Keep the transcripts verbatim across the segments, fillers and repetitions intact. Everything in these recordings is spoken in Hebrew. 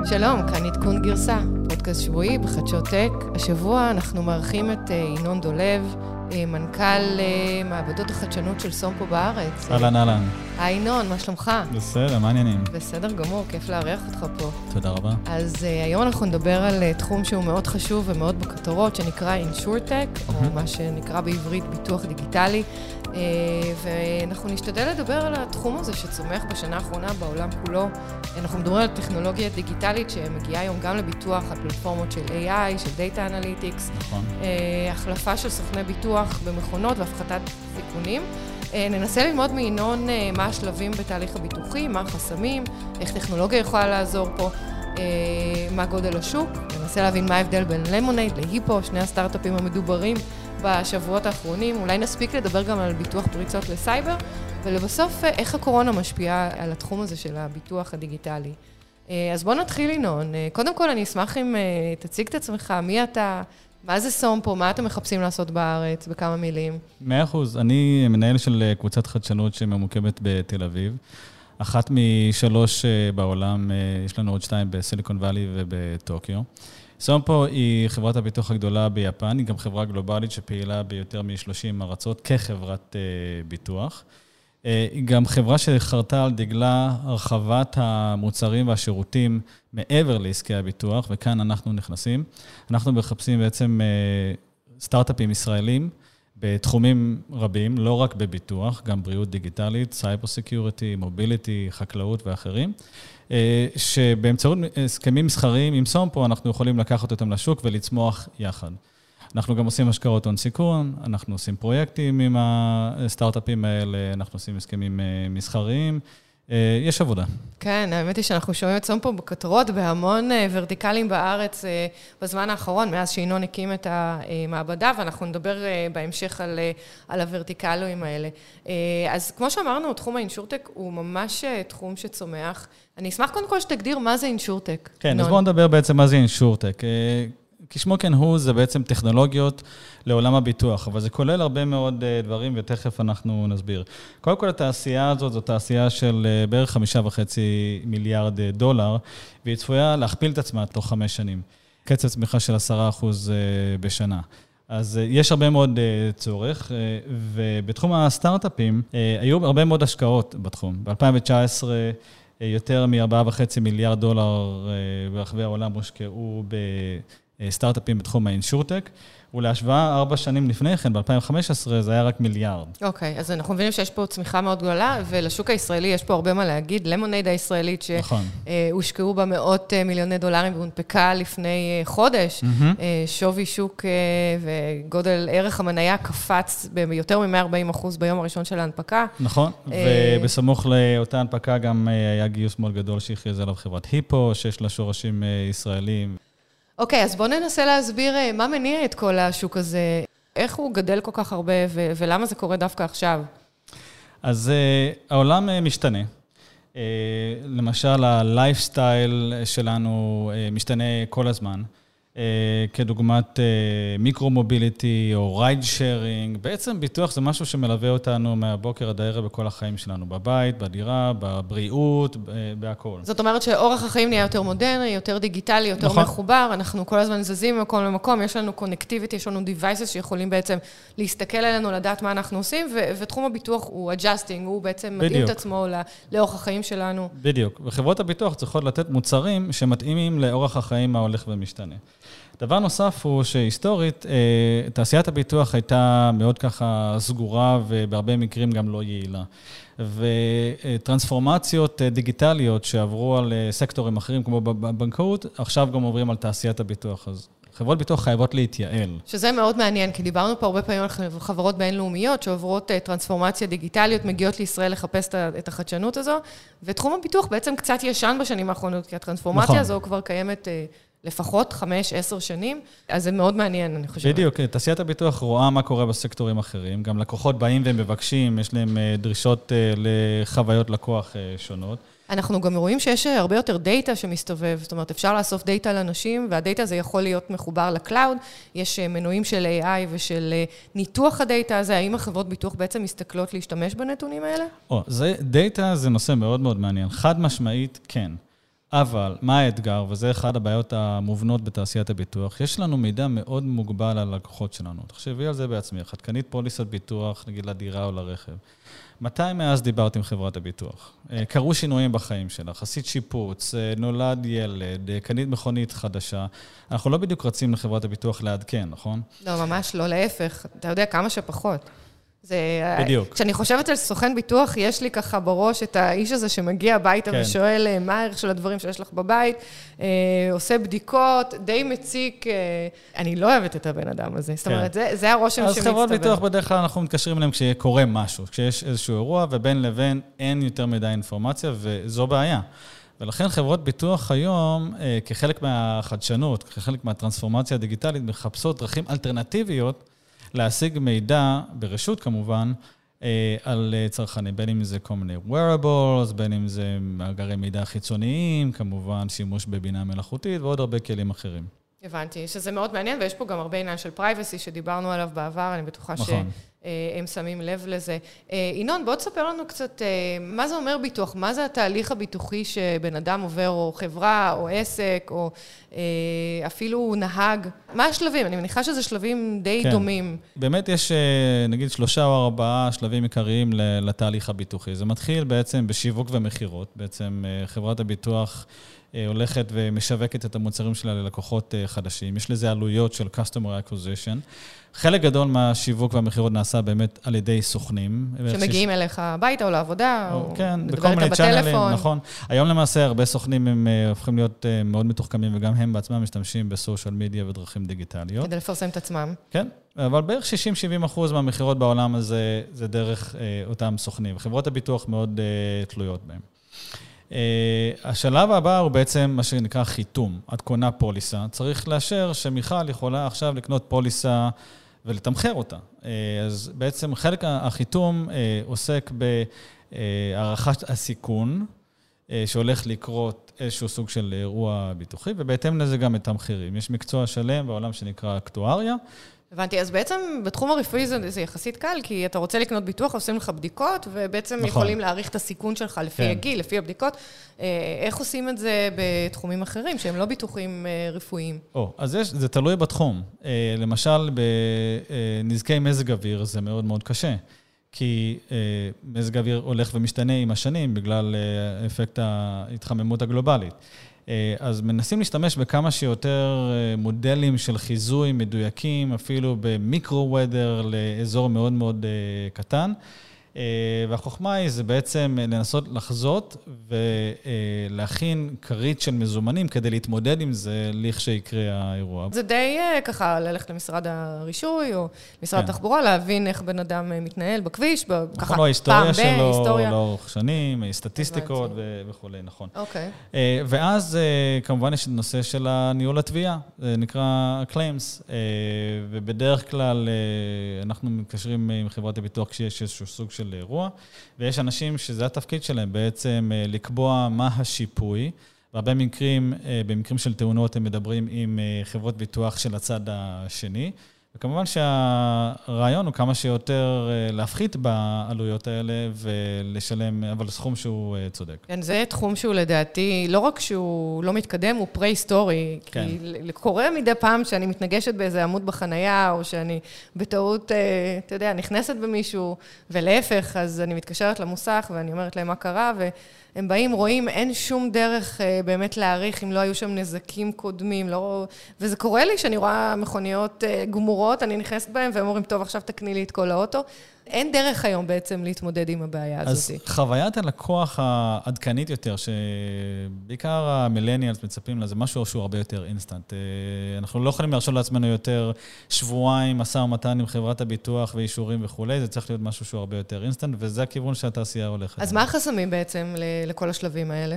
שלום, כאן עדכון גרסה, פודקאסט שבועי בחדשות טק. השבוע אנחנו מארחים את ינון דולב, מנכ"ל מעבדות החדשנות של סומפו בארץ. אהלן, אהלן. היי ינון, מה שלומך? בסדר, מה העניינים? בסדר גמור, כיף לארח אותך פה. תודה רבה. אז uh, היום אנחנו נדבר על uh, תחום שהוא מאוד חשוב ומאוד בכותרות, שנקרא InsurTech, mm-hmm. או מה שנקרא בעברית ביטוח דיגיטלי, uh, ואנחנו נשתדל לדבר על התחום הזה שצומח בשנה האחרונה בעולם כולו. אנחנו מדברים על טכנולוגיה דיגיטלית שמגיעה היום גם לביטוח, על פלטפורמות של איי איי, של Data Analytics, נכון. uh, החלפה של סוכני ביטוח במכונות והפחתת סיכונים. ננסה ללמוד מינון מה השלבים בתהליך הביטוחי, מה החסמים, איך טכנולוגיה יכולה לעזור פה, מה גודל השוק. ננסה להבין מה ההבדל בין למונייד להיפו, שני הסטארט-אפים המדוברים בשבועות האחרונים. אולי נספיק לדבר גם על ביטוח פריצות לסייבר, ולבסוף איך הקורונה משפיעה על התחום הזה של הביטוח הדיגיטלי. אז בוא נתחיל ינון. קודם כל אני אשמח אם תציג את עצמך, מי אתה, מה זה סומפו, מה אתם מחפשים לעשות בארץ, בכמה מילים? מאה אחוז. אני מנהל של קבוצת חדשנות שממוקמת בתל אביב. אחת משלוש בעולם, יש לנו עוד שתיים בסיליקון ואלי ובטוקיו. סומפו היא חברת הביטוח הגדולה ביפן, היא גם חברה גלובלית שפעילה ביותר מ-שלושים ארצות כחברת ביטוח. היא גם חברה שחרתה על דגלה הרחבת המוצרים והשירותים מעבר לעסקי הביטוח, וכאן אנחנו נכנסים. אנחנו מחפשים בעצם סטארט-אפים ישראלים בתחומים רבים, לא רק בביטוח, גם בריאות דיגיטלית, סייבר סקיוריטי, מוביליטי, חקלאות ואחרים, שבאמצעות הסכמים מסחריים עם סומפו אנחנו יכולים לקחת אותם לשוק ולצמוח יחד. אנחנו גם עושים השקעות הון סיכון, אנחנו עושים פרויקטים עם הסטארט-אפים האלה, אנחנו עושים הסכמים מסחריים, יש עבודה. כן, האמת היא שאנחנו שומעים את סומפו בכותרות בהמון ורטיקלים בארץ בזמן האחרון, מאז שינון הקים את המעבדה, ואנחנו נדבר בהמשך על, על הוורטיקלים האלה. אז כמו שאמרנו, תחום האינשורטק הוא ממש תחום שצומח. אני אשמח קודם כל שתגדיר מה זה אינשורטק. כן, נון. אז בואו נדבר בעצם מה זה אינשורטק. כשמו כן הוא, זה בעצם טכנולוגיות לעולם הביטוח, אבל זה כולל הרבה מאוד דברים, ותכף אנחנו נסביר. קודם כל, התעשייה הזאת, זו תעשייה של בערך חמישה וחצי מיליארד דולר, והיא צפויה להכפיל את עצמה תוך חמש שנים. קצב צמיחה של עשרה אחוז בשנה. אז יש הרבה מאוד צורך, ובתחום הסטארט-אפים, היו הרבה מאוד השקעות בתחום. ב-אלפיים תשע עשרה, יותר מ-ארבעה וחצי מיליארד דולר ברחבי העולם הושקעו ב... סטארט-אפים בתחום האינשורטק, ולהשוואה ארבע שנים לפני כן, ב-אלפיים וחמש עשרה, זה היה רק מיליארד. אוקיי, אז אנחנו מבינים שיש פה צמיחה מאוד גדולה, ולשוק הישראלי יש פה הרבה מה להגיד. למונייד הישראלית שהושקעו בה מאות מיליוני דולרים, והונפקה לפני חודש, שווי שוק וגודל ערך המניה קפץ ביותר מ-מאה וארבעים אחוז ביום הראשון של ההנפקה. נכון, ובסמוך לאותה הנפקה גם היה גיוס מאוד גדול שהכריז עליו חברת היפו, שיש לה שורשים ישראלים. אוקיי, אז בואו ננסה להסביר מה מניע את כל השוק הזה, איך הוא גדל כל כך הרבה ו- ולמה זה קורה דווקא עכשיו. אז uh, העולם uh, משתנה. Uh, למשל, הלייפסטייל שלנו uh, משתנה כל הזמן. Uh, כדוגמת uh, מיקרו-מוביליטי או רייד-שיירינג. בעצם ביטוח זה משהו שמלווה אותנו מהבוקר עד הערב בכל החיים שלנו, בבית, בדירה, בבריאות, בהכל. זאת אומרת שאורח החיים נהיה יותר מודרני, יותר דיגיטלי, יותר נכון. מחובר, אנחנו כל הזמן זזים ממקום למקום, יש לנו קונקטיביטי, יש לנו devices שיכולים בעצם להסתכל עלינו, לדעת מה אנחנו עושים, ו- ותחום הביטוח הוא adjusting, הוא בעצם מתאים את עצמו לאורח החיים שלנו. בדיוק, וחברות הביטוח צריכות לתת מוצרים שמתאימים לאורח החיים ההולך ומשתנה. דבר נוסף הוא שהיסטורית, תעשיית הביטוח הייתה מאוד ככה סגורה ובהרבה מקרים גם לא יעילה. וטרנספורמציות דיגיטליות שעברו על סקטורים אחרים כמו בבנקאות, עכשיו גם עוברים על תעשיית הביטוח. אז חברות ביטוח חייבות להתייעל. שזה מאוד מעניין, כי דיברנו פה הרבה פעמים על חברות בינלאומיות שעוברות טרנספורמציה דיגיטליות, מגיעות לישראל לחפש את החדשנות הזו, ותחום הביטוח בעצם קצת ישן בשנים האחרונות, כי הטרנספורמציה נכון. הזו כבר קיימת לפחות חמש, עשר שנים, אז זה מאוד מעניין, אני חושבת. בדיוק, תעשיית הביטוח רואה מה קורה בסקטורים אחרים, גם לקוחות באים והם מבקשים, יש להם דרישות לחוויות לקוח שונות. אנחנו גם רואים שיש הרבה יותר דאטה שמסתובב, זאת אומרת, אפשר לאסוף דאטה לאנשים, והדאטה הזה יכול להיות מחובר לקלאוד, יש מנועים של איי איי ושל ניתוח הדאטה הזה, האם החברות ביטוח בעצם מסתכלות להשתמש בנתונים האלה? או, זה, דאטה זה נושא מאוד מאוד מעניין, חד משמעית, כן. אבל מה האתגר, וזה אחד הבעיות המובנות בתעשיית הביטוח, יש לנו מידע מאוד מוגבל על הלקוחות שלנו. תחשבי על זה בעצמך, את קנית פוליסת ביטוח, נגיד לדירה או לרכב. מתי מאז דיברת עם חברת הביטוח? קרו שינויים בחיים שלך, עשית שיפוץ, נולד ילד, קנית מכונית חדשה. אנחנו לא בדיוק רצים לחברת הביטוח לעדכן, נכון? לא, ממש לא, להפך. אתה יודע כמה שפחות. זה... בדיוק. כשאני חושבת על סוכן ביטוח, יש לי ככה בראש את האיש הזה שמגיע הביתה כן. ושואל מה הערך של הדברים שיש לך בבית, אה, עושה בדיקות, די מציק, אה, אני לא אוהבת את הבן אדם הזה. כן. זאת אומרת, זה, זה הרושם שמצטבר. אז חברות ביטוח בדרך כלל אנחנו מתקשרים אליהם כשקורה משהו, כשיש איזשהו אירוע, ובין לבין אין יותר מדי אינפורמציה, וזו בעיה. ולכן חברות ביטוח היום, אה, כחלק מהחדשנות, כחלק מהטרנספורמציה הדיגיטלית, מחפשות דרכים אלטרנטיביות, להשיג מידע, ברשות כמובן, על צרכנים, בין אם זה כל מיני wearables, בין אם זה מאגרי מידע חיצוניים, כמובן שימוש בבינה מלאכותית ועוד הרבה כלים אחרים. הבנתי, שזה מאוד מעניין, ויש פה גם הרבה עניין של privacy שדיברנו עליו בעבר, אני בטוחה נכון. שהם שמים לב לזה. ינון, בוא תספר לנו קצת, מה זה אומר ביטוח? מה זה התהליך הביטוחי שבן אדם עובר, או חברה, או עסק, או אפילו נהג? מה השלבים? אני מניחה שזה שלבים די כן. דומים. באמת יש, נגיד, שלושה או ארבעה שלבים עיקריים לתהליך הביטוחי. זה מתחיל בעצם בשיווק ומחירות. בעצם חברת הביטוח הולכת ומשווקת את המוצרים שלה ללקוחות חדשים. יש לזה עלויות של Customer Acquisition. חלק גדול מהשיווק והמחירות נעשה באמת על ידי סוכנים. שמגיעים אליך הביתה או לעבודה, או כן, בכל מיני צ'אנלים, נכון. היום למעשה הרבה סוכנים הם הופכים להיות מאוד מתוחכמים, וגם הם בעצמם משתמשים בסושיאל מדיה ודרכים דיגיטליות. כדי לפרסם את עצמם. כן, אבל בערך שישים עד שבעים אחוז מהמחירות בעולם הזה, זה דרך אותם סוכנים. חברות הביטוח מאוד תלויות בהם. Uh, השלב הבא הוא בעצם מה שנקרא חיתום. את קונה פוליסה, צריך לאשר שמיכל יכולה עכשיו לקנות פוליסה ולתמחר אותה. Uh, אז בעצם חלק החיתום uh, עוסק בהערכת הסיכון, uh, שהולך לקרות איזשהו סוג של אירוע ביטוחי, ובהתאם לזה גם את המחירים. יש מקצוע שלם בעולם שנקרא אקטואריה, הבנתי, אז בעצם בתחום הרפואי זה, זה יחסית קל, כי אתה רוצה לקנות ביטוח, עושים לך בדיקות, ובעצם נכון. יכולים להעריך את הסיכון שלך לפי כן. הגיל, לפי הבדיקות. איך עושים את זה בתחומים אחרים, שהם לא ביטוחים רפואיים? או, אז יש, זה תלוי בתחום. למשל, בנזקי מזג אוויר זה מאוד מאוד קשה, כי מזג אוויר הולך ומשתנה עם השנים, בגלל אפקט ההתחממות הגלובלית. אז מנסים להשתמש בכמה שיותר מודלים של חיזוי מדויקים, אפילו במיקרו-וודר לאזור מאוד מאוד קטן. והחוכמה היא זה בעצם לנסות לחזות ולהכין כרית של מזומנים כדי להתמודד עם זה לכשיקרה האירוע. זה די ככה ללכת למשרד הרישוי או משרד התחבורה, להבין איך בן אדם מתנהל בכביש, ככה פעם ב, היסטוריה. לאורך שנים, סטטיסטיקות וכו', נכון. אוקיי. ואז כמובן יש נושא של הניהול התביעה, זה נקרא claims, ובדרך כלל אנחנו מתקשרים עם חברת הביטוח כשיש איזשהו סוג של אירוע, ויש אנשים שזה התפקיד שלהם בעצם לקבוע מה השיפוי, והרבה מקרים, במקרים של תאונות הם מדברים עם חברות ביטוח של הצד השני, וכמובן שהרעיון הוא כמה שיותר להפחית בעלויות האלה ולשלם, אבל סכום שהוא צודק. כן, זה תחום שהוא לדעתי, לא רק שהוא לא מתקדם, הוא פרה-היסטורי, כן. כי קורה מדי פעם שאני מתנגשת באיזה עמוד בחנייה, או שאני בטעות, אתה יודע, נכנסת במישהו, ולהפך, אז אני מתקשרת למוסך ואני אומרת להם מה קרה, ו... הם באים, רואים, אין שום דרך באמת להעריך אם לא היו שם נזקים קודמים, לא... וזה קורה לי שאני רואה מכוניות גמורות, אני נכנסת בהן והם אומרים, טוב, עכשיו תקני לי את כל האוטו. אין דרך היום בעצם להתמודד עם הבעיה הזאת. אז חוויית הלקוח העדכנית יותר, שבעיקר המילניאלס מצפים לה, זה משהו שהוא הרבה יותר אינסטנט. אנחנו לא יכולים להרשות לעצמנו יותר שבועיים, משא ומתן עם חברת הביטוח ואישורים וכו', זה צריך להיות משהו שהוא הרבה יותר אינסטנט, וזה הכיוון שהתעשייה הולכת. אז מה החסמים בעצם לכל השלבים האלה?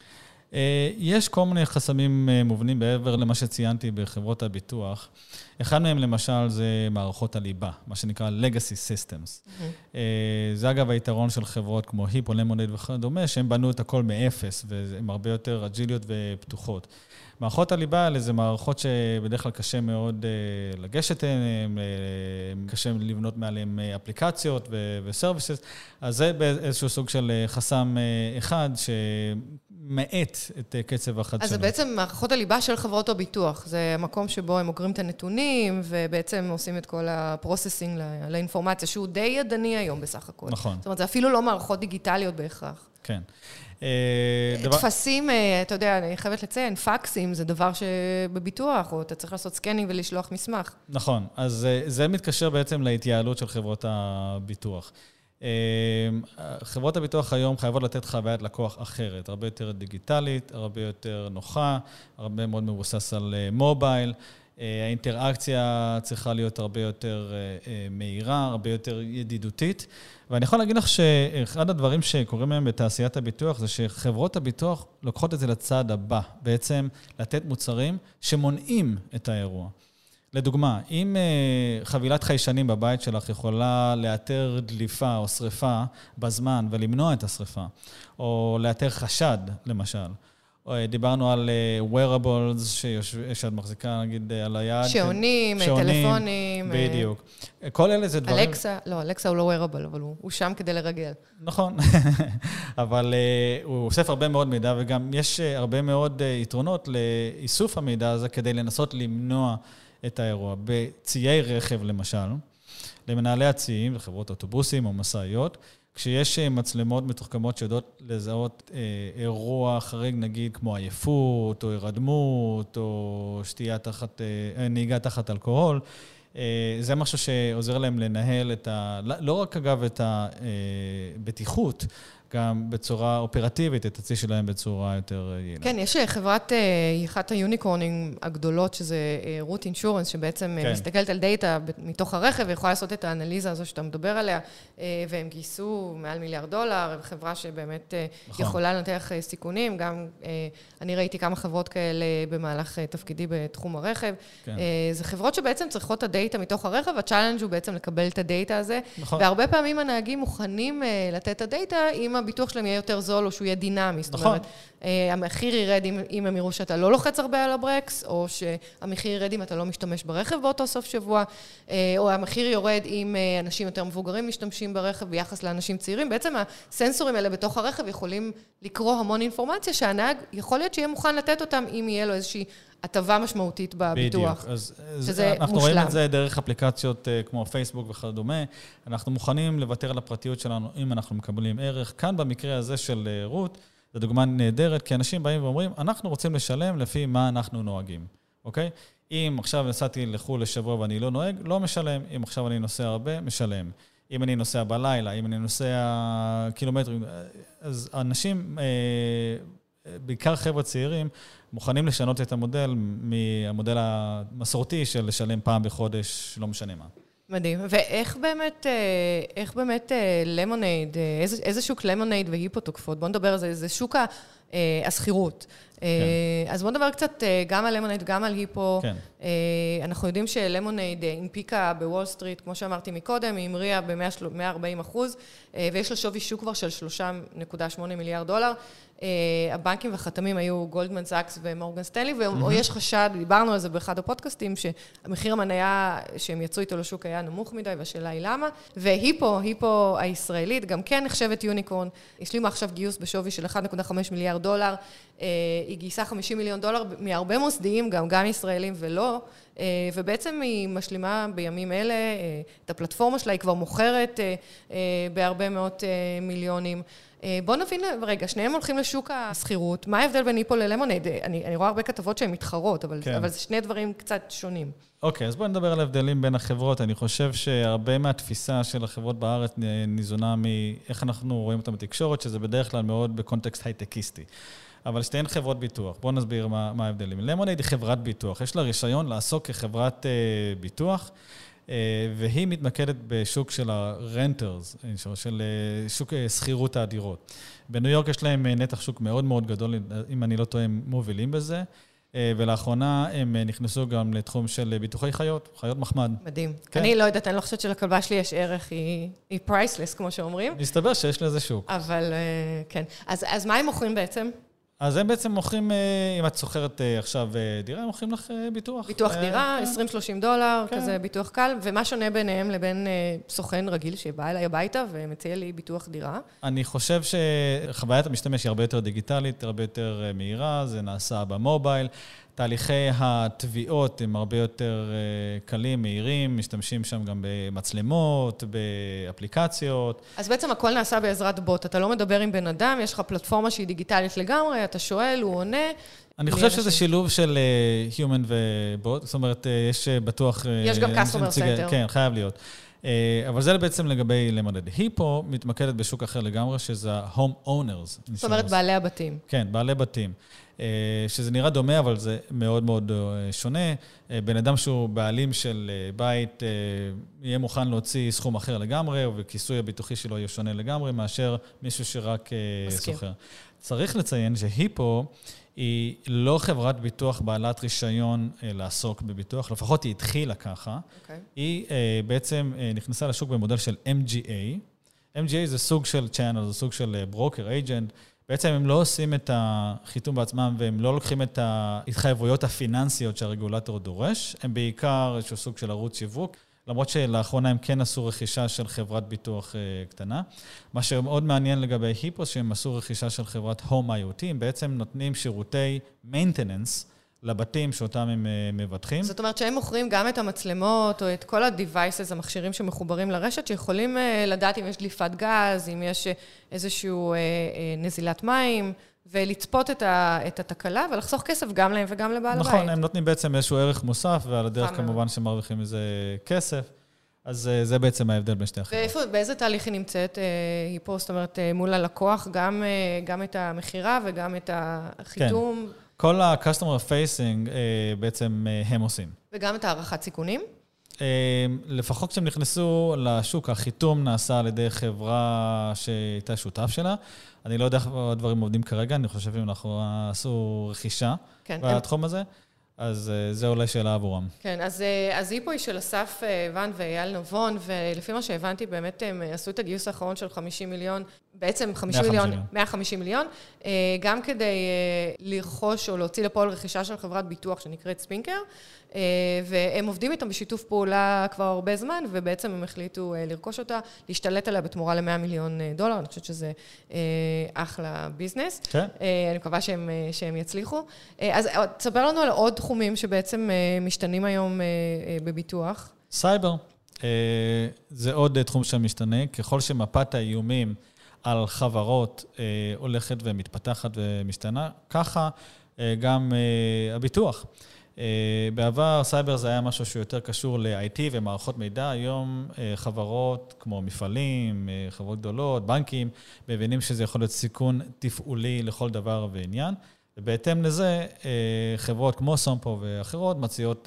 יש כל מיני חסמים מובנים בעבר למה שציינתי בחברות הביטוח. אחד מהם למשל זה מערכות הליבה, מה שנקרא legacy systems. Mm-hmm. זה אגב היתרון של חברות כמו היפ או למונייד וכדומה, שהם בנו את הכל מאפס, והן הרבה יותר אג'יליות ופתוחות. מערכות הליבה האלה זה מערכות שבדרך כלל קשה מאוד לגשת אליהן, קשה לבנות מעליהן אפליקציות וסרוויסס, אז זה באיזשהו סוג של חסם אחד מעט את קצב החדשנות. אז זה בעצם מערכות הליבה של חברות הביטוח. זה המקום שבו הם אוגרים את הנתונים, ובעצם עושים את כל הפרוססינג לאינפורמציה, שהוא די ידני היום בסך הכל. נכון. זאת אומרת, זה אפילו לא מערכות דיגיטליות בהכרח. כן. תפסים, אתה יודע, אני חייבת לציין, פקסים זה דבר שבביטוח, או אתה צריך לעשות סקנינג ולשלוח מסמך. נכון, אז זה מתקשר בעצם להתייעלות של חברות הביטוח. חברות הביטוח היום חייבות לתת חוויית לקוח אחרת, הרבה יותר דיגיטלית, הרבה יותר נוחה, הרבה מאוד מבוסס על מובייל. האינטראקציה צריכה להיות הרבה יותר מהירה, הרבה יותר ידידותית. ואני יכול להגיד לך שאחד הדברים שקורים היום בתעשיית הביטוח, זה שחברות הביטוח לוקחות את זה לצעד הבא, בעצם לתת מוצרים שמונעים את האירוע. לדוגמה, אם חבילת חיישנים בבית שלך יכולה לאתר דליפה או שריפה בזמן ולמנוע את השריפה, או לאתר חשד, למשל, דיברנו על wearables שאת מחזיקה, נגיד, על היד. שעונים, טלפונים. בדיוק. כל אלה זה דברים... אלקסה, לא, אלקסה הוא לא wearable, אבל הוא שם כדי לרגל. נכון, אבל הוא אוסף הרבה מאוד מידע, וגם יש הרבה מאוד יתרונות לאיסוף המידע הזה, כדי לנסות למנוע את האירוע. בציי רכב, למשל, למנהלי הציים, לחברות אוטובוסים או מסעיות, כשיש מצלמות מתוחכמות שיודעות לזהות אה, אירוע חריג, נגיד כמו עייפות, או הרדמות, או שתייה תחת, אה, נהיגה תחת אלכוהול, אה, זה משהו שעוזר להם לנהל את ה... לא רק אגב את הבטיחות, גם בצורה אופרטיבית, את הצי שלהם בצורה יותר יעילה. כן, יש חברת, אחת היוניקורנים הגדולות, שזה רוט אינשורנס, שבעצם כן. מסתכלת על דאטה מתוך הרכב, ויכולה לעשות את האנליזה הזו שאתה מדבר עליה, והם גייסו מעל מיליארד דולר, חברה שבאמת נכון. יכולה לנתח סיכונים, גם אני ראיתי כמה חברות כאלה במהלך תפקידי בתחום הרכב. כן. זה חברות שבעצם צריכות את הדאטה מתוך הרכב, הצ'אלנג' הוא בעצם לקבל את הדאטה הזה, נכון. והרבה פעמים הנהגים מוכנים לתת את הדאטה, אם הביטוח שלהם יהיה יותר זול, או שהוא יהיה דינמי. זאת אומרת, המחיר ירד אם, אם הם יראו שאתה לא לוחץ הרבה על הברקס, או שהמחיר ירד אם אתה לא משתמש ברכב באותו סוף שבוע, או המחיר יורד אם אנשים יותר מבוגרים משתמשים ברכב ביחס לאנשים צעירים. בעצם הסנסורים האלה בתוך הרכב יכולים לקרוא המון אינפורמציה, שהנהג יכול להיות שיהיה מוכן לתת אותם, אם יהיה לו איזושהי הטבה משמעותית בביטוח. בדיוק. אז, אז אנחנו מושלם. רואים את זה דרך אפליקציות כמו פייסבוק וכדומה. אנחנו מוכנים לוותר על הפרטיות שלנו אם אנחנו מקבלים ערך. כאן במקרה הזה של רוט, זו דוגמה נהדרת, כי אנשים באים ואומרים, אנחנו רוצים לשלם לפי מה אנחנו נוהגים. אוקיי? אם עכשיו נסעתי לחו"ל לשבוע ואני לא נוהג, לא משלם. אם עכשיו אני נוסע הרבה, משלם. אם אני נוסע בלילה, אם אני נוסע קילומטרים, אז אנשים, בעיקר חבר'ה צעירים, מוכנים לשנות את המודל מהמודל המסורתי של לשלם פעם בחודש, לא משנה מה. מדהים. ואיך באמת, איך באמת למונייד, איזה, איזה שוק למונייד והיפו תוקפות? בואו נדבר על זה, זה שוק הסחירות. כן. אז בואו נדבר קצת גם על למונייד, גם על היפו. כן. אנחנו יודעים שלמונייד הנפיקה בוול סטריט, כמו שאמרתי מקודם, היא המריאה ב-מאה וארבעים אחוז, ויש לה שווי שוק כבר של שלוש נקודה שמונה מיליארד דולר. הבנקים והחתמים היו גולדמן סאקס ומורגן סטנלי, ויש חשד, דיברנו על זה באחד הפודקאסטים, שהמחיר המניה שהם יצאו איתו לשוק היה נמוך מדי, והשאלה היא למה. והיפו, היפו הישראלית, גם כן נחשבת יוניקורן, השלימה עכשיו גיוס בשווי של אחד נקודה חמש מיליארד דולר, היא גייסה חמישים מיליון דולר מהרבה מוסדיים, גם, גם ישראלים ולא, ובעצם היא משלימה בימים אלה, את הפלטפורמה שלה היא כבר מוכרת בהרבה מאות מיליונים. בואו נבין, רגע, שניהם הולכים לשוק הסחירות, מה ההבדל בין היפו ללמונייד? אני, אני רואה הרבה כתבות שהן מתחרות, אבל, כן. אבל זה שני דברים קצת שונים. אוקיי, אז בואו נדבר על ההבדלים בין החברות. אני חושב שהרבה מהתפיסה של החברות בארץ ניזונה מאיך אנחנו רואים אותם בתקשורת, שזה בדרך כלל מאוד בקונטקסט הייטקיסטי. אבל שתיהן חברות ביטוח. בואו נסביר מה, מה ההבדלים. למונייד היא חברת ביטוח. יש לה רישיון לעסוק כחברת uh, ביטוח, uh, והיא מתמקדת בשוק של הרנטרס, של uh, שוק uh, שכירות הדירות. בניו יורק יש להם נתח שוק מאוד מאוד גדול, אם אני לא טועה, הם מובילים בזה, uh, ולאחרונה הם uh, נכנסו גם לתחום של ביטוחי חיות, חיות מחמד. מדהים. כן? אני לא יודעת, אני לא חושבת שלכלבה שלי יש ערך, היא, היא פרייסלס, כמו שאומרים. מסתבר שיש לזה שוק. אבל uh, כן. אז, אז מה הם מוכרים בעצם? אז הם בעצם מוכרים, אם את סוחרת עכשיו דירה, הם מוכרים לך ביטוח. ביטוח דירה, עשרים שלושים דולר, כזה ביטוח קל, ומה שונה ביניהם לבין סוכן רגיל שבא אליי הביתה ומציע לי ביטוח דירה? אני חושב שחוויית המשתמש היא הרבה יותר דיגיטלית, הרבה יותר מהירה, זה נעשה במובייל. תהליכי התביעות הם הרבה יותר קלים, מהירים, משתמשים שם גם במצלמות, באפליקציות. אז בעצם הכל נעשה בעזרת בוט. אתה לא מדבר עם בן אדם, יש לך פלטפורמה שהיא דיגיטלית לגמרי, אתה שואל, הוא עונה. אני חושב שזה שילוב של Human ובוט, זאת אומרת, יש בטוח... יש גם Customer Center. כן, חייב להיות. אבל זה בעצם לגבי למדד. היא פה מתמקדת בשוק אחר לגמרי, שזה ה-home owners. זאת אומרת, בעלי הבתים. כן, בעלי בתים. שזה נראה דומה, אבל זה מאוד מאוד שונה. בן אדם שהוא בעלים של בית, יהיה מוכן להוציא סכום אחר לגמרי, וכיסוי הביטוחי שלו יהיה שונה לגמרי, מאשר מישהו שרק סוחר. צריך לציין שהיא פה, היא לא חברת ביטוח בעלת רישיון לעסוק בביטוח, לפחות היא התחילה ככה. Okay. היא בעצם נכנסה לשוק במודל של אם ג'י איי. אם ג'י איי זה סוג של צ'אנל, זה סוג של ברוקר, אייג'נט. בעצם הם לא עושים את החיתום בעצמם, והם לא לוקחים את ההתחייבויות הפיננסיות שהרגולטור דורש. הם בעיקר איזשהו סוג של ערוץ שיווק, למרות שלאחרונה הם כן עשו רכישה של חברת ביטוח קטנה. מה שמאוד מעניין לגבי היפוס, שהם עשו רכישה של חברת Home איי או טי, הם בעצם נותנים שירותי maintenance לבתים שאותם הם מבטחים. זאת אומרת שהם מוכרים גם את המצלמות, או את כל ה-devices, המכשירים שמחוברים לרשת, שיכולים לדעת אם יש דליפת גז, אם יש איזשהו נזילת מים, ולצפות את, ה, את התקלה, ולחסוך כסף גם להם וגם לבעל הבית. נכון, הם נותנים בעצם איזשהו ערך מוסף, ועל הדרך כמובן שמרוויחים איזה כסף, אז זה בעצם ההבדל בין שתי החברות. ואיפה, באיזה תהליך היא נמצאת? היא פה, זאת אומרת, מול הלקוח, גם, גם את המחירה וגם את החיתום? כן. כל ה-customer facing בעצם הם עושים. וגם את הערכת סיכונים? לפחות כשהם נכנסו לשוק, החיתום נעשה על ידי חברה שהייתה שותף שלה. אני לא יודע איך הדברים עובדים כרגע, אני חושב אם אנחנו עשו רכישה בתחום הזה, אז זה אולי שאלה עבורם. כן, אז, אז היא פה היא של אסף ון ואייל נבון, ולפי מה שהבנתי, באמת הם עשו את הגיוס האחרון של חמישים מיליון, בעצם חמישים מיליון, מאה וחמישים מיליון, גם כדי לרכוש או להוציא לפועל רכישה של חברת ביטוח שנקראת ספינקר, והם עובדים איתם בשיתוף פעולה כבר הרבה זמן, ובעצם הם החליטו לרכוש אותה, להשתלט עליה בתמורה ל-מאה מיליון דולר, אני חושבת שזה אחלה ביזנס. כן. אני מקווה שהם, שהם יצליחו. אז תספר לנו על עוד תחומים שבעצם משתנים היום בביטוח. סייבר. זה עוד תחום שמשתנה. ככל שמפת האיומים על חברות הולכת ומתפתחת ומשתנה, ככה גם הביטוח. בעבר סייבר זה היה משהו שהוא יותר קשור ל-איי טי ומערכות מידע. היום חברות כמו מפעלים, חברות גדולות, בנקים, מבינים שזה יכול להיות סיכון תפעולי לכל דבר ועניין. ובהתאם לזה, חברות כמו סומפו ואחרות מציעות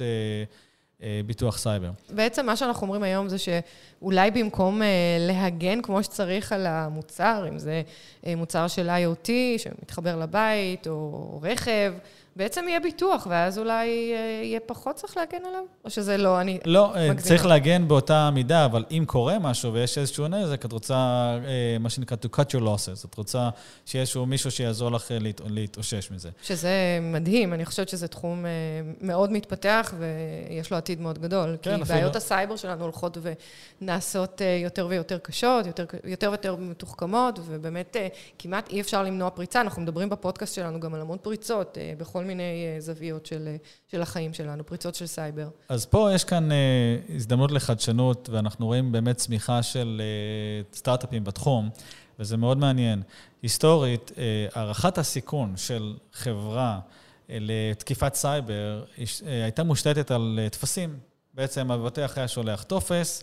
ביטוח סייבר. בעצם מה שאנחנו אומרים היום זה שאולי במקום להגן כמו שצריך על המוצר, אם זה מוצר של איי או טי שמתחבר לבית או רכב, בעצם יהיה ביטוח, ואז אולי יהיה פחות צריך להגן עליו? או שזה לא, אני לא, מגזימה. צריך להגן באותה מידה, אבל אם קורה משהו ויש איזשהו נזק, את רוצה, מה שנקרא, to cut your losses. את רוצה שיש מישהו שיעזור לך להת, להתאושש מזה. שזה מדהים, אני חושבת שזה תחום מאוד מתפתח, ויש לו עתיד מאוד גדול. כן, כי בעיות לא. הסייבר שלנו הולכות ונעשות יותר ויותר קשות, יותר, יותר ויותר מתוחכמות, ובאמת כמעט אי אפשר למנוע פריצה. אנחנו מדברים בפודקאסט שלנו גם על המון פריצות, בכל מיני זוויות של, של החיים שלנו, פריצות של סייבר. אז פה יש כאן הזדמנות לחדשנות, ואנחנו רואים באמת צמיחה של סטארט-אפים בתחום, וזה מאוד מעניין. היסטורית, הערכת הסיכון של חברה לתקיפת סייבר הייתה מושתתת על תפסים. בעצם המבטח היה שולח טופס,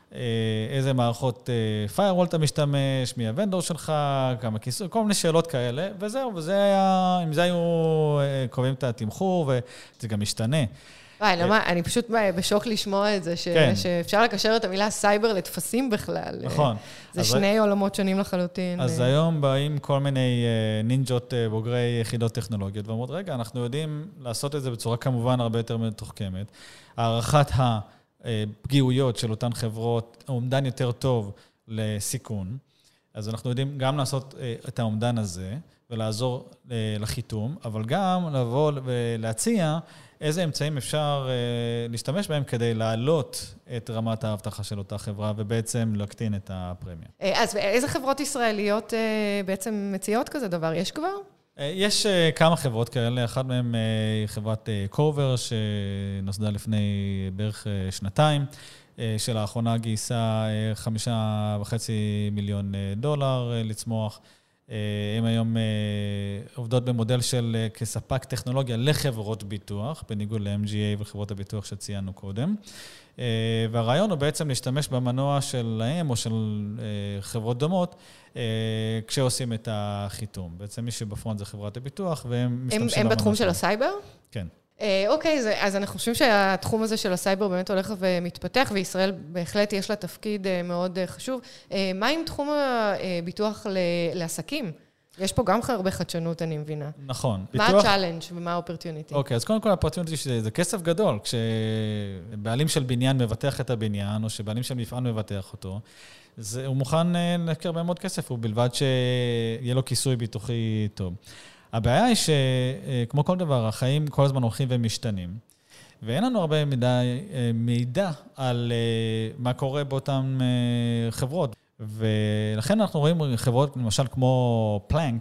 איזה מערכות firewall אתה משתמש, מי הוונדור שלך, כמה כיסוי, כל מיני שאלות כאלה, וזהו, וזה היה, עם זה היו קובעים את התמחור, וזה גם משתנה. וואי, למה, אני פשוט בשוק לשמוע את זה, שאפשר לקשר את המילה סייבר לתפסים בכלל. נכון. זה שני עולמות שונים לחלוטין. אז היום באים כל מיני נינג'ות בוגרי יחידות טכנולוגיות, ואומרות, רגע, אנחנו יודעים לעשות את זה בצורה כמובן הרבה יותר מתוחכמת. הערכת ה... פגיעויות של אותן חברות, אומדן יותר טוב לסיכון, אז אנחנו יודעים גם לעשות את האומדן הזה, ולעזור לחיתום, אבל גם לבוא ולהציע איזה אמצעים אפשר להשתמש בהם כדי להעלות את רמת האבטחה של אותה חברה, ובעצם להקטין את הפרמיה. אז איזה חברות ישראליות בעצם מציעות כזה דבר? יש כבר? יש כמה חברות כאלה, אחת מהן היא חברת קובר, שנוסדה לפני בערך שנתיים, שלאחרונה גייסה חמישה וחצי מיליון דולר לצמוח. הם היום עובדות במודל של כספק טכנולוגיה לחברות ביטוח, בניגוד ל-אם ג'י איי וחברות הביטוח שציינו קודם. והרעיון הוא בעצם להשתמש במנוע שלהם או של חברות דומות, כשעושים את החיתום. בעצם מי שבפרונט זה חברת הביטוח, והם משתמשים הם בתחום של הסייבר? כן. אוקיי, אז אנחנו חושבים שהתחום הזה של הסייבר באמת הולך ומתפתח, וישראל בהחלט יש לה תפקיד מאוד חשוב. מה עם תחום הביטוח לעסקים? יש פה גם הרבה חדשנות, אני מבינה. נכון. מה ה-challenge ומה ה-opportunity? אוקיי, אז קודם כל ה-opportunity שזה כסף גדול, כשבעלים של בניין מבטח את הבניין, או שבעלים של מפעל מבטח אותו, הוא מוכן להכיר בהם עוד כסף, ובלבד שיהיה לו כיסוי ביטוחי טוב. הבעיה היא שכמו כל דבר, החיים כל הזמן הולכים ומשתנים, ואין לנו הרבה מידע, מידע על מה קורה באותן חברות. ולכן אנחנו רואים חברות, למשל כמו פלנק,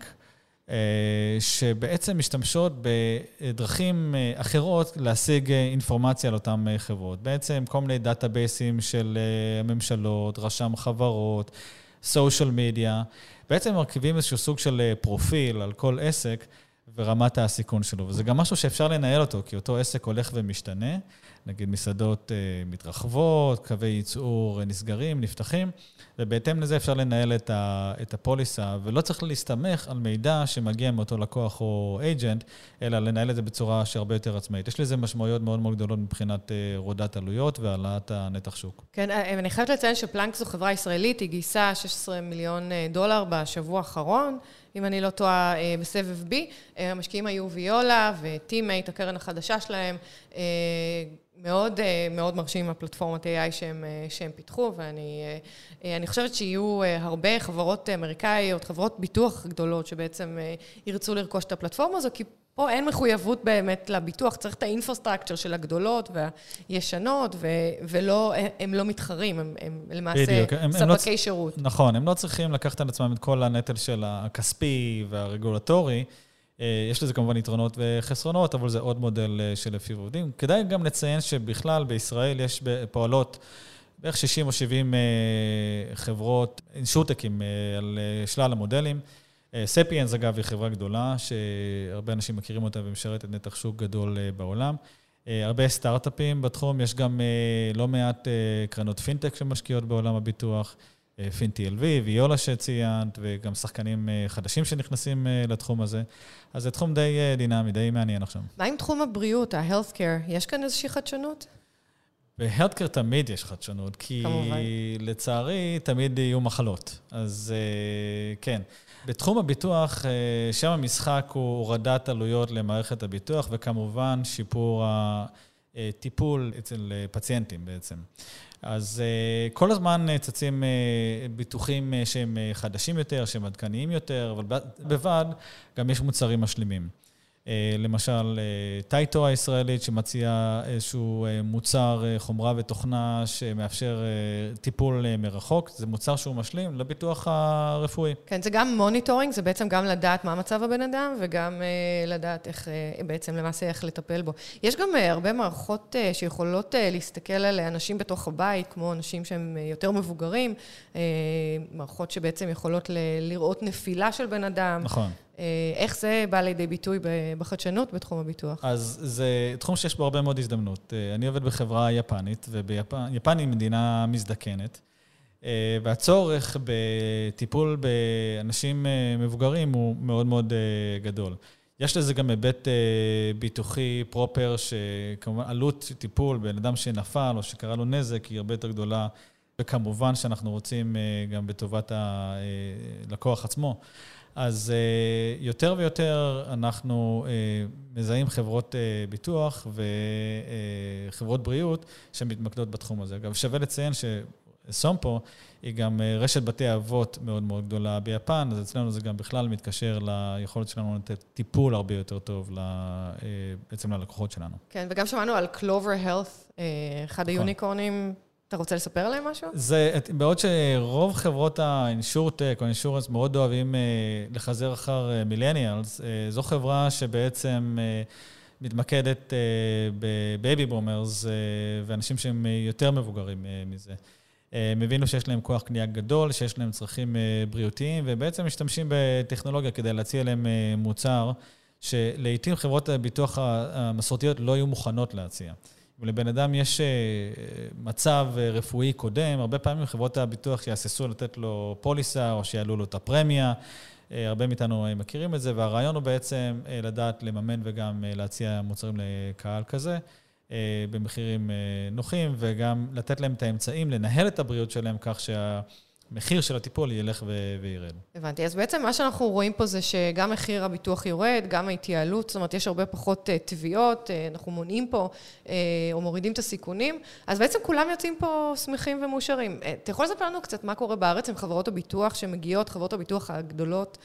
שבעצם משתמשות בדרכים אחרות להשיג אינפורמציה על אותן חברות. בעצם כל מיני דאטאבייסים של ממשלות, רשם חברות, סושיאל מדיה, בעצם מרכיבים איזשהו סוג של פרופיל על כל עסק ורמת הסיכון שלו. וזה גם משהו שאפשר לנהל אותו, כי אותו עסק הולך ומשתנה, נגיד מסעדות מתרחבות, קווי ייצור נסגרים, נפתחים, ובהתאם לזה אפשר לנהל את, ה, את הפוליסה, ולא צריך להסתמך על מידע שמגיע מאותו לקוח או אייג'נט, אלא לנהל את זה בצורה שהרבה יותר עצמאית. יש לזה משמעויות מאוד מאוד גדולות מבחינת הורדת עלויות והעלאת הנתח שוק. כן, אני חייבת לציין שפלנק זו חברה ישראלית, היא גייסה שש עשרה מיליון דולר בשבוע האחרון, אם אני לא טועה, בסבב בי. המשקיעים היו ויולה וטימייט, הקרן החדשה שלהם, מאוד, מאוד מרשים הפלטפורמת איי איי שהם, שהם פיתחו, ואני אני חושבת שיהיו הרבה חברות אמריקאיות, חברות ביטוח גדולות, שבעצם ירצו לרכוש את הפלטפורמה הזו, כי פה אין מחויבות באמת לביטוח, צריך את האינפרסטרקצ'ר של הגדולות והישנות, ו, ולא, הם לא מתחרים, הם, הם למעשה בדיוק. ספקי הם לא, שירות. נכון, הם לא צריכים לקחת על עצמם את כל הנטל של הכספי והרגולטורי, יש לזה כמובן יתרונות וחסרונות, אבל זה עוד מודל של לפי עובדים. כדאי גם לציין שבכלל בישראל יש פועלות בערך שישים או שבעים חברות, שוטקים על שלל המודלים. ספיאנס, אגב, היא חברה גדולה, שהרבה אנשים מכירים אותה ומשרתת נתח שוק גדול בעולם. הרבה סטארט-אפים בתחום, יש גם לא מעט קרנות פינטק שמשקיעות בעולם הביטוח, פינטי אל וי, ויולה שציינת, וגם שחקנים חדשים שנכנסים לתחום הזה. אז זה תחום די דינמי, די מעניין עכשיו. מה עם תחום הבריאות, ה-healthcare? יש כאן איזושהי חדשנות? ב-healthcare תמיד יש חדשנות, כי כמובן. לצערי תמיד יהיו מחלות. אז כן. בתחום הביטוח, שם המשחק הוא הורדת עלויות למערכת הביטוח, וכמובן שיפור הטיפול אצל פציינטים בעצם. אז כל הזמן צצים ביטוחים שהם חדשים יותר, שהם עדכניים יותר, אבל בבד גם יש מוצרים משלימים. למשל, טייטו הישראלית שמציעה איזשהו מוצר חומרה ותוכנה שמאפשר טיפול מרחוק, זה מוצר שהוא משלים לביטוח הרפואי. כן, זה גם מוניטורינג, זה בעצם גם לדעת מה מצב הבן אדם, וגם לדעת איך, בעצם למעשה איך לטפל בו. יש גם הרבה מערכות שיכולות להסתכל על אנשים בתוך הבית, כמו אנשים שהם יותר מבוגרים, מערכות שבעצם יכולות לראות נפילה של בן אדם. נכון. איך זה בא לידי ביטוי בחדשנות בתחום הביטוח? אז זה תחום שיש בו הרבה מאוד הזדמנות. אני עובד בחברה יפנית, ויפן היא מדינה מזדקנת, והצורך בטיפול באנשים מבוגרים הוא מאוד מאוד גדול. יש לזה גם היבט ביטוחי פרופר, שכמובן עלות טיפול בן אדם שנפל או שקרה לו נזק היא הרבה יותר גדולה, וכמובן שאנחנו רוצים גם בטובת הלקוח עצמו. אז יותר ויותר אנחנו מזהים חברות ביטוח וחברות בריאות שמתמקדות בתחום הזה. אגב, שווה לציין סומפו, היא גם רשת בתי אבות מאוד מאוד גדולה ביפן, אז אצלנו זה גם בכלל מתקשר ליכולת שלנו לתת טיפול הרבה יותר טוב בעצם ללקוחות שלנו. כן, וגם שמענו על Clover Health, אחד היוניקורנים, אתה רוצה לספר עליהם משהו? זה, בעוד שרוב חברות האינשורטק או האינשורנס מאוד אוהבים לחזר אחר מילניאלס, זו חברה שבעצם מתמקדת בבייבי בומרס ואנשים שהם יותר מבוגרים מזה. הם הבינו שיש להם כוח קנייה גדול, שיש להם צרכים בריאותיים, ובעצם משתמשים בטכנולוגיה כדי להציע להם מוצר, שלעיתים חברות הביטוח המסורתיות לא יהיו מוכנות להציע. ולבן אדם יש מצב רפואי קודם, הרבה פעמים חברות הביטוח שיעששו לתת לו פוליסה, או שיעלו לו את הפרמיה, הרבה מאיתנו מכירים את זה, והרעיון הוא בעצם לדעת לממן וגם להציע מוצרים לקהל כזה, במחירים נוחים, וגם לתת להם את האמצעים, לנהל את הבריאות שלהם כך שהמחיר של הטיפול ילך וירד. הבנתי, אז בעצם מה שאנחנו רואים פה זה שגם מחיר הביטוח יורד, גם ההתייעלות, זאת אומרת, יש הרבה פחות תביעות, אנחנו מונעים פה, או מורידים את הסיכונים, אז בעצם כולם יוצאים פה שמחים ומאושרים. אתה יכול לספר לנו קצת מה קורה בארץ עם חברות הביטוח שמגיעות, חברות הביטוח הגדולות,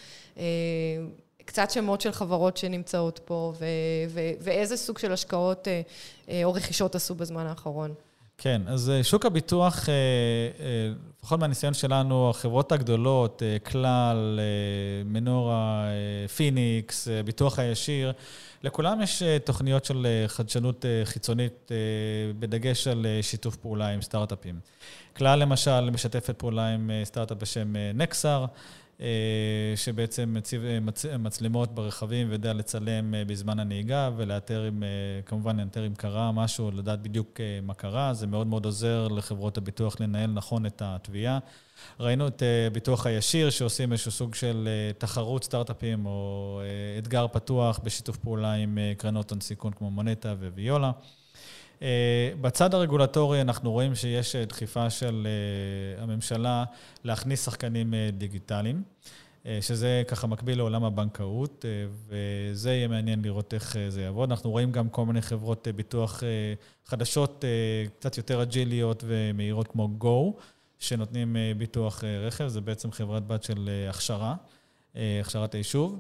קצת שמות של חברות שנמצאות פה, ו- ו- ואיזה סוג של השקעות או רכישות עשו בזמן האחרון? כן, אז שוק הביטוח, לפחות מהניסיון שלנו, החברות הגדולות, כלל, מנורה, פיניקס, ביטוח הישיר, לכולם יש תוכניות של חדשנות חיצונית, בדגש על שיתוף פעולה עם סטארט-אפים. כלל למשל משתפת פעולה עם סטארט-אפ בשם נקסר, שבעצם מציב מצלמות ברכבים ויודע לצלם בזמן הנהיגה ולאתר עם, כמובן לאתר אם קרה משהו, לדעת בדיוק מה קרה, זה מאוד מאוד עוזר לחברות הביטוח לנהל נכון את התביעה. ראינו את ביטוח הישיר שעושים איזשהו סוג של תחרות סטארט-אפים או אתגר פתוח בשיתוף פעולה עם קרנות הון סיכון כמו מונטה וויולה. בצד הרגולטורי אנחנו רואים שיש דחיפה של הממשלה להכניס שחקנים דיגיטליים, שזה ככה מקביל לעולם הבנקאות, וזה יהיה מעניין לראות איך זה יעבוד. אנחנו רואים גם כל מיני חברות ביטוח חדשות, קצת יותר אג'יליות ומהירות כמו גו, שנותנים ביטוח רכב, זה בעצם חברת בת של הכשרה, הכשרת היישוב.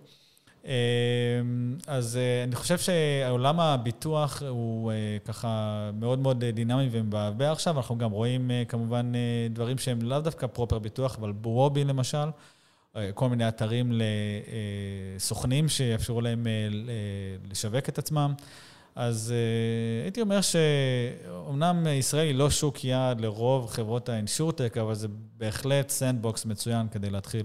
אז אני חושב שהעולם הביטוח הוא ככה מאוד מאוד דינמי ומבעבע עכשיו, אנחנו גם רואים כמובן דברים שהם לאו דווקא פרופר ביטוח, אבל ברובי למשל, כל מיני אתרים לסוכנים שיאפשרו להם לשווק את עצמם. אז הייתי אומר שאומנם ישראל היא לא שוק יעד לרוב חברות האינשורטק, אבל זה בהחלט סנדבוקס מצוין כדי להתחיל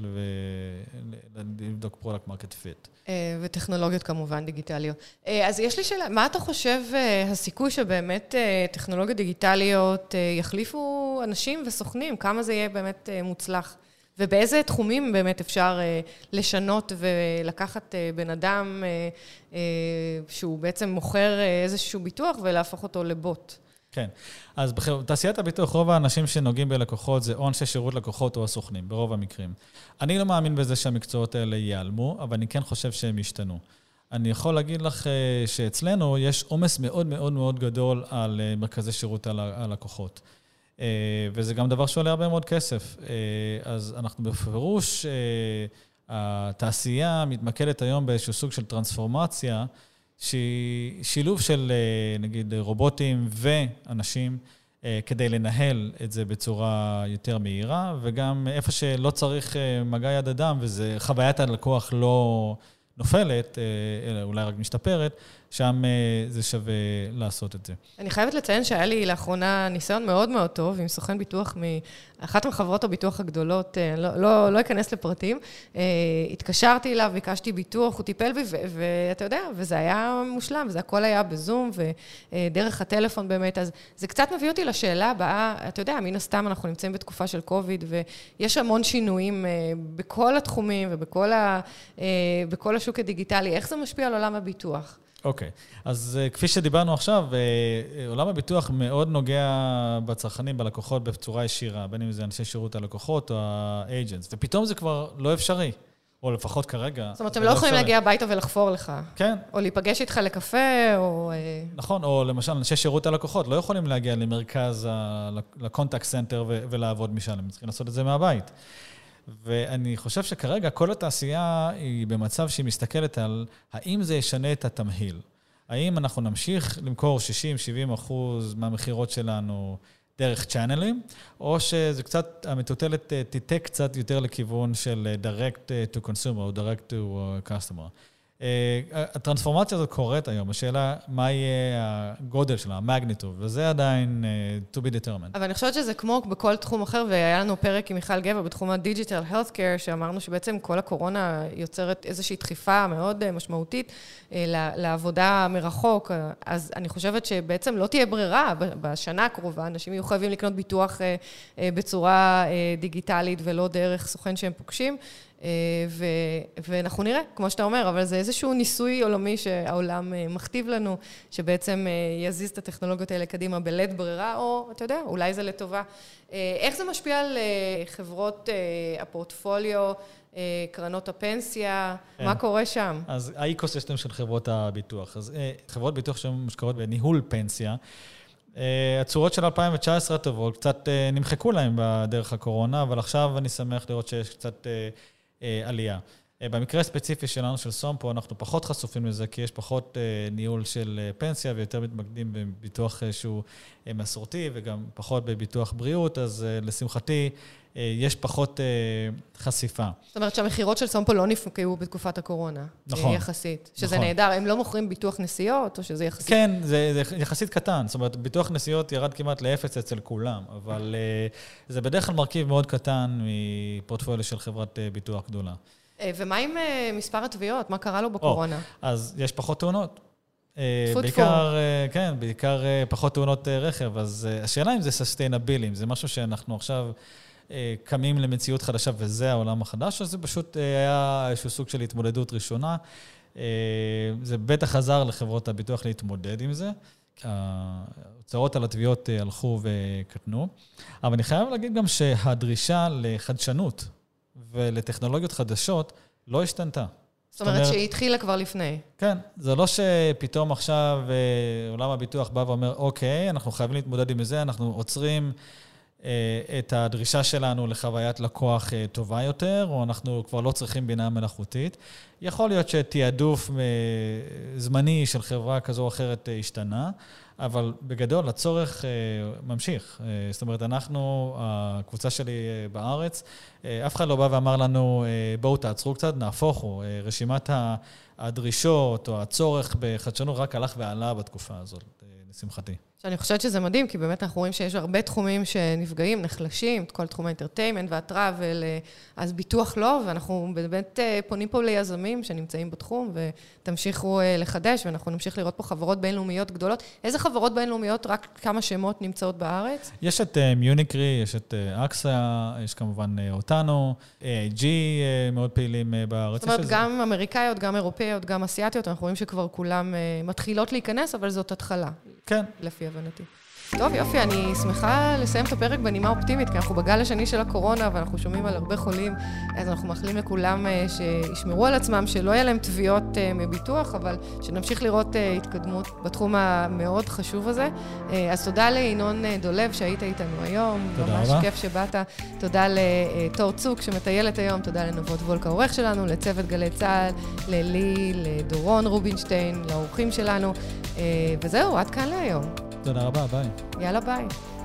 ולבדוק פרודקט מרקט פיט. וטכנולוגיות כמובן דיגיטליות. אז יש לי שאלה, מה אתה חושב הסיכוי שבאמת טכנולוגיות דיגיטליות יחליפו אנשים וסוכנים? כמה זה יהיה באמת מוצלח? ובאיזה תחומים באמת אפשר לשנות ולקחת בן אדם שהוא בעצם מוכר איזשהו ביטוח ולהפוך אותו לבוט? כן, אז בתעשיית הביטוח רוב האנשים שנוגעים בלקוחות זה או אנשי שירות לקוחות או הסוכנים, ברוב המקרים. אני לא מאמין בזה שהמקצועות האלה ייעלמו, אבל אני כן חושב שהם ישתנו. אני יכול להגיד לך שאצלנו יש עומס מאוד מאוד מאוד גדול על מרכזי שירות על הלקוחות. וזה גם דבר שעולה הרבה מאוד כסף. אז אנחנו בפירוש, התעשייה מתמקדת היום באיזשהו סוג של טרנספורמציה, שהיא שילוב של, נגיד, רובוטים ואנשים, כדי לנהל את זה בצורה יותר מהירה, וגם איפה שלא צריך מגע יד אדם, וזה חוויית הלקוח לא נופלת, אלא אולי רק משתפרת, שם זה שווה לעשות את זה. אני חייבת לציין שהיה לי לאחרונה ניסיון מאוד מאוד טוב עם סוכן ביטוח מאחת מחברות הביטוח הגדולות, לא, לא, לא אכנס לפרטים, התקשרתי אליו, ביקשתי ביטוח, הוא טיפל בי, ואתה יודע, וזה היה מושלם, וזה הכל היה בזום, ודרך הטלפון באמת, אז זה קצת מביא אותי לשאלה הבאה, אתה יודע, מן הסתם אנחנו נמצאים בתקופה של קוביד, ויש המון שינויים בכל התחומים ובכל ה, בכל השוק הדיגיטלי, איך זה משפיע על עולם הביטוח? אוקיי, אז כפי שדיברנו עכשיו, עולם הביטוח מאוד נוגע בצרכנים, בלקוחות, בצורה ישירה, בין אם זה אנשי שירות הלקוחות או ה-agents, ופתאום זה כבר לא אפשרי. או לפחות כרגע. זאת אומרת, הם לא יכולים להגיע הביתה ולחפור לך. כן. או להיפגש איתך לקפה, או... נכון, או למשל, אנשי שירות הלקוחות לא יכולים להגיע למרכז, לקונטקט סנטר ולעבוד משם, הם צריכים לעשות את זה מהבית. ואני חושב שכרגע כל התעשייה היא במצב שהיא מסתכלת על האם זה ישנה את התמהיל. האם אנחנו נמשיך למכור שישים שבעים אחוז מהמחירות שלנו דרך צ'אנלים, או שזה קצת, המטוטלת תיתק קצת יותר לכיוון של direct to consumer או direct to customer. הטרנספורמציה הזאת קורית היום, השאלה מה יהיה הגודל שלה, המגניטוב, וזה עדיין to be determined. אבל אני חושבת שזה כמו בכל תחום אחר, והיה לנו פרק עם מיכל גבע בתחום הדיג'יטל healthcare, שאמרנו שבעצם כל הקורונה יוצרת איזושהי דחיפה מאוד משמעותית לעבודה מרחוק, אז אני חושבת שבעצם לא תהיה ברירה בשנה הקרובה, אנשים יהיו חייבים לקנות ביטוח בצורה דיגיטלית ולא דרך סוכן שהם פוגשים, ו, ואנחנו נראה, כמו שאתה אומר, אבל זה איזשהו ניסוי עולמי שהעולם מכתיב לנו, שבעצם יזיז את הטכנולוגיות האלה קדימה בלית ברירה, או אתה יודע, אולי זה לטובה. איך זה משפיע על חברות הפורטפוליו, קרנות הפנסיה, מה קורה שם? אז האקוסיסטם של חברות הביטוח. אז חברות ביטוח שמושקעות בניהול פנסיה, הצורות של אלפיים תשע עשרה הטובות קצת נמחקו להם בדרך הקורונה, אבל עכשיו אני שמח לראות שיש קצת עלייה. במקרה הספציפי שלנו של סומפו, אנחנו פחות חשופים לזה, כי יש פחות ניהול של פנסיה, ויותר מתמקדים בביטוח שהוא מסורתי, וגם פחות בביטוח בריאות, אז לשמחתי יש פחות חשיפה. זאת אומרת שהמחירות של סומפו לא נפגעו בתקופת הקורונה. נכון. יחסית. שזה נהדר, הם לא מוכרים ביטוח נסיעות, או שזה יחסית? כן, זה, זה יחסית קטן. זאת אומרת, ביטוח נסיעות ירד כמעט לאפס אצל כולם, אבל זה בדרך כלל מרכיב מאוד קטן מפורטפוליו של חברת ביטוח גדולה. ומה עם מספר התביעות? מה קרה לו בקורונה? אז יש פחות תאונות. פוט בעיקר, כן, בעיקר פחות תאונות רכב. אז השאלה אם זה sustainable, אם זה משהו שאנחנו עכשיו קמים למציאות חדשה וזה העולם החדש, אז זה פשוט היה איזשהו סוג של התמודדות ראשונה. זה בטח עזר לחברות הביטוח להתמודד עם זה. ההוצאות על התביעות הלכו וקטנו. אבל אני חייב להגיד גם שהדרישה לחדשנות ולטכנולוגיות חדשות לא השתנתה. זאת אומרת שהיא התחילה כבר לפני. כן, זה לא שפתאום עכשיו עולם הביטוח בא ואומר, אוקיי, אנחנו חייבים להתמודד עם זה, אנחנו עוצרים את הדרישה שלנו לחוויית לקוח טובה יותר, או אנחנו כבר לא צריכים בינה מלאכותית. יכול להיות שתיעדוף זמני של חברה כזו או אחרת השתנה, אבל בגדול הצורך ממשיך. זאת אומרת, אנחנו, הקבוצה שלי בארץ, אף אחד לא בא ואמר לנו, בואו תעצרו קצת, נהפוך הוא. רשימת הדרישות או הצורך בחדשנות רק הלך ועלה בתקופה הזאת, לשמחתי. שאני חושבת שזה מדהים, כי באמת אנחנו רואים שיש הרבה תחומים שנפגעים, נחלשים, את כל תחום האינטרטיימנט והטראבל, אז ביטוח לא, ואנחנו באמת פונים פה ליזמים שנמצאים בתחום, ותמשיכו לחדש, ואנחנו נמשיך לראות פה חברות בינלאומיות גדולות. איזה חברות בינלאומיות, רק כמה שמות נמצאות בארץ? יש את מיוניקרי, יש את אקסה, יש כמובן אותנו, איי איי ג'י מאוד פעילים בארץ. זאת אומרת, גם אמריקאיות, גם אירופאיות, גם אסיאטיות, אנחנו רואים שכבר כולם מתחילות להיכנס, אבל זאת התחלה. כן. לפי הבנתי. טוב, יופי, אני שמחה לסיים את הפרק בנימה אופטימית, כי אנחנו בגל השני של הקורונה, ואנחנו שומעים על הרבה חולים, אז אנחנו מאחלים לכולם שישמרו על עצמם, שלא יהיה להם תביעות מביטוח, אבל שנמשיך לראות התקדמות בתחום המאוד חשוב הזה. אז תודה לינון דולב שהיית איתנו היום. תודה ממש רבה. כיף שבאת. תודה לתור צוק שמטיילת היום, תודה לנבות וולקה, העורך שלנו, לצוות גלי צהל, ללי, לדורון רובינשטיין, לאורחים שלנו. וזהו, עד כאן להיום. תודה רבה, ביי. יאללה, ביי.